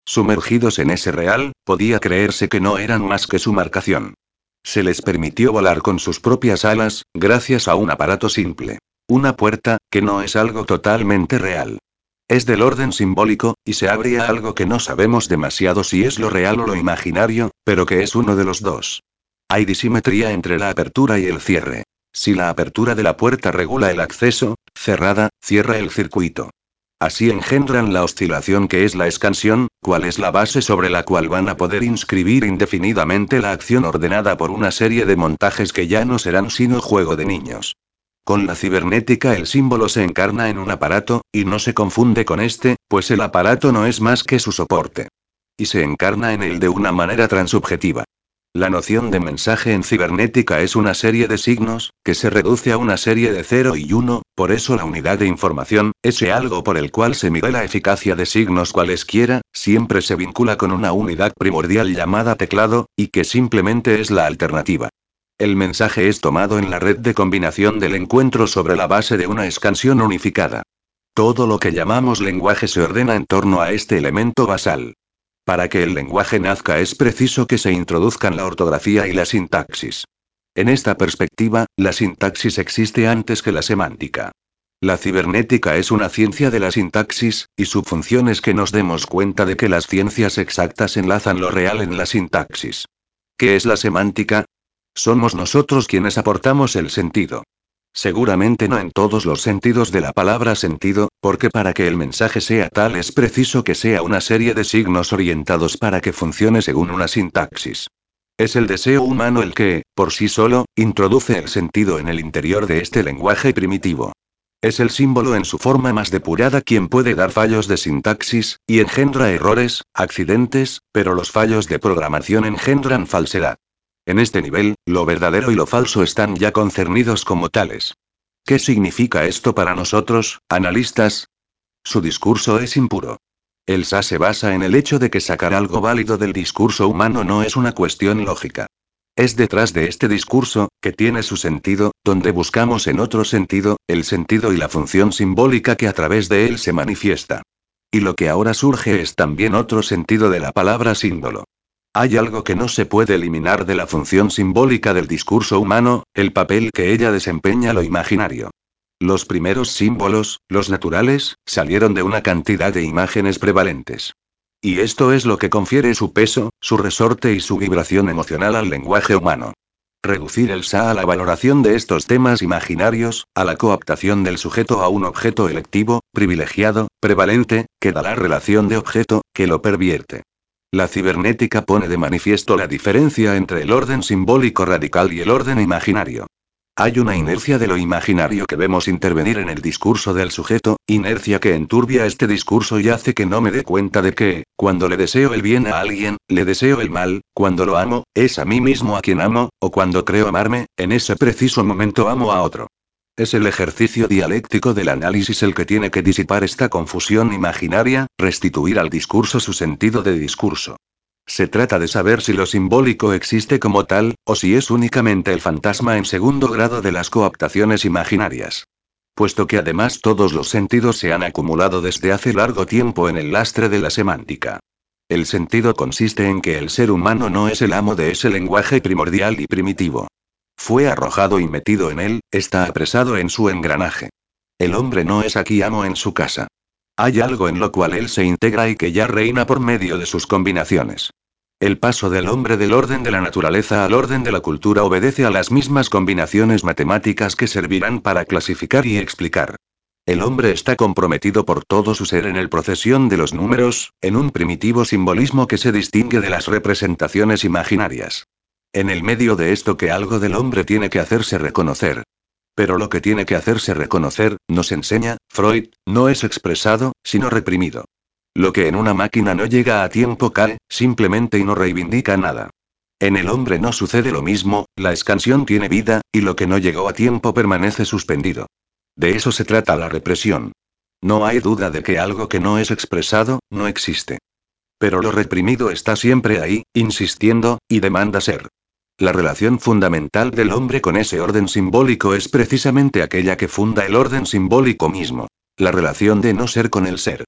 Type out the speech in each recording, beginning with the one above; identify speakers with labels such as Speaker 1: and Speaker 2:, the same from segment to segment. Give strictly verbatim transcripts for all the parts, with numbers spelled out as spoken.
Speaker 1: Sumergidos en ese real, podía creerse que no eran más que su marcación. Se les permitió volar con sus propias alas, gracias a un aparato simple. Una puerta, que no es algo totalmente real. Es del orden simbólico, y se abría algo que no sabemos demasiado si es lo real o lo imaginario, pero que es uno de los dos. Hay disimetría entre la apertura y el cierre. Si la apertura de la puerta regula el acceso, cerrada, cierra el circuito. Así engendran la oscilación que es la expansión, cuál es la base sobre la cual van a poder inscribir indefinidamente la acción ordenada por una serie de montajes que ya no serán sino juego de niños. Con la cibernética el símbolo se encarna en un aparato, y no se confunde con este, pues el aparato no es más que su soporte. Y se encarna en él de una manera transubjetiva. La noción de mensaje en cibernética es una serie de signos, que se reduce a una serie de cero y uno, por eso la unidad de información, ese algo por el cual se mide la eficacia de signos cualesquiera, siempre se vincula con una unidad primordial llamada teclado, y que simplemente es la alternativa. El mensaje es tomado en la red de combinación del encuentro sobre la base de una expansión unificada. Todo lo que llamamos lenguaje se ordena en torno a este elemento basal. Para que el lenguaje nazca es preciso que se introduzcan la ortografía y la sintaxis. En esta perspectiva, la sintaxis existe antes que la semántica. La cibernética es una ciencia de la sintaxis, y su función es que nos demos cuenta de que las ciencias exactas enlazan lo real en la sintaxis. ¿Qué es la semántica? Somos nosotros quienes aportamos el sentido. Seguramente no en todos los sentidos de la palabra sentido, porque para que el mensaje sea tal es preciso que sea una serie de signos orientados para que funcione según una sintaxis. Es el deseo humano el que, por sí solo, introduce el sentido en el interior de este lenguaje primitivo. Es el símbolo en su forma más depurada quien puede dar fallos de sintaxis, y engendra errores, accidentes, pero los fallos de programación engendran falsedad. En este nivel, lo verdadero y lo falso están ya concernidos como tales. ¿Qué significa esto para nosotros, analistas? Su discurso es impuro. El S A se basa en el hecho de que sacar algo válido del discurso humano no es una cuestión lógica. Es detrás de este discurso, que tiene su sentido, donde buscamos en otro sentido, el sentido y la función simbólica que a través de él se manifiesta. Y lo que ahora surge es también otro sentido de la palabra símbolo. Hay algo que no se puede eliminar de la función simbólica del discurso humano, el papel que ella desempeña lo imaginario. Los primeros símbolos, los naturales, salieron de una cantidad de imágenes prevalentes. Y esto es lo que confiere su peso, su resorte y su vibración emocional al lenguaje humano. Reducir el S A a la valoración de estos temas imaginarios, a la cooptación del sujeto a un objeto electivo, privilegiado, prevalente, que da la relación de objeto, que lo pervierte. La cibernética pone de manifiesto la diferencia entre el orden simbólico radical y el orden imaginario. Hay una inercia de lo imaginario que vemos intervenir en el discurso del sujeto, inercia que enturbia este discurso y hace que no me dé cuenta de que, cuando le deseo el bien a alguien, le deseo el mal, cuando lo amo, es a mí mismo a quien amo, o cuando creo amarme, en ese preciso momento amo a otro. Es el ejercicio dialéctico del análisis el que tiene que disipar esta confusión imaginaria, restituir al discurso su sentido de discurso. Se trata de saber si lo simbólico existe como tal, o si es únicamente el fantasma en segundo grado de las cooptaciones imaginarias. Puesto que además todos los sentidos se han acumulado desde hace largo tiempo en el lastre de la semántica. El sentido consiste en que el ser humano no es el amo de ese lenguaje primordial y primitivo. Fue arrojado y metido en él, está apresado en su engranaje. El hombre no es aquí amo en su casa. Hay algo en lo cual él se integra y que ya reina por medio de sus combinaciones. El paso del hombre del orden de la naturaleza al orden de la cultura obedece a las mismas combinaciones matemáticas que servirán para clasificar y explicar. El hombre está comprometido por todo su ser en el procesión de los números, en un primitivo simbolismo que se distingue de las representaciones imaginarias. En el medio de esto que algo del hombre tiene que hacerse reconocer. Pero lo que tiene que hacerse reconocer, nos enseña, Freud, no es expresado, sino reprimido. Lo que en una máquina no llega a tiempo cae, simplemente y no reivindica nada. En el hombre no sucede lo mismo, la expansión tiene vida, y lo que no llegó a tiempo permanece suspendido. De eso se trata la represión. No hay duda de que algo que no es expresado, no existe. Pero lo reprimido está siempre ahí, insistiendo, y demanda ser. La relación fundamental del hombre con ese orden simbólico es precisamente aquella que funda el orden simbólico mismo. La relación de no ser con el ser.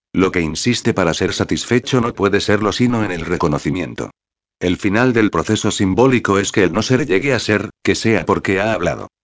Speaker 1: Lo que insiste para ser satisfecho no puede serlo sino en el reconocimiento. El final del proceso simbólico es que el no ser llegue a ser, que sea porque ha hablado.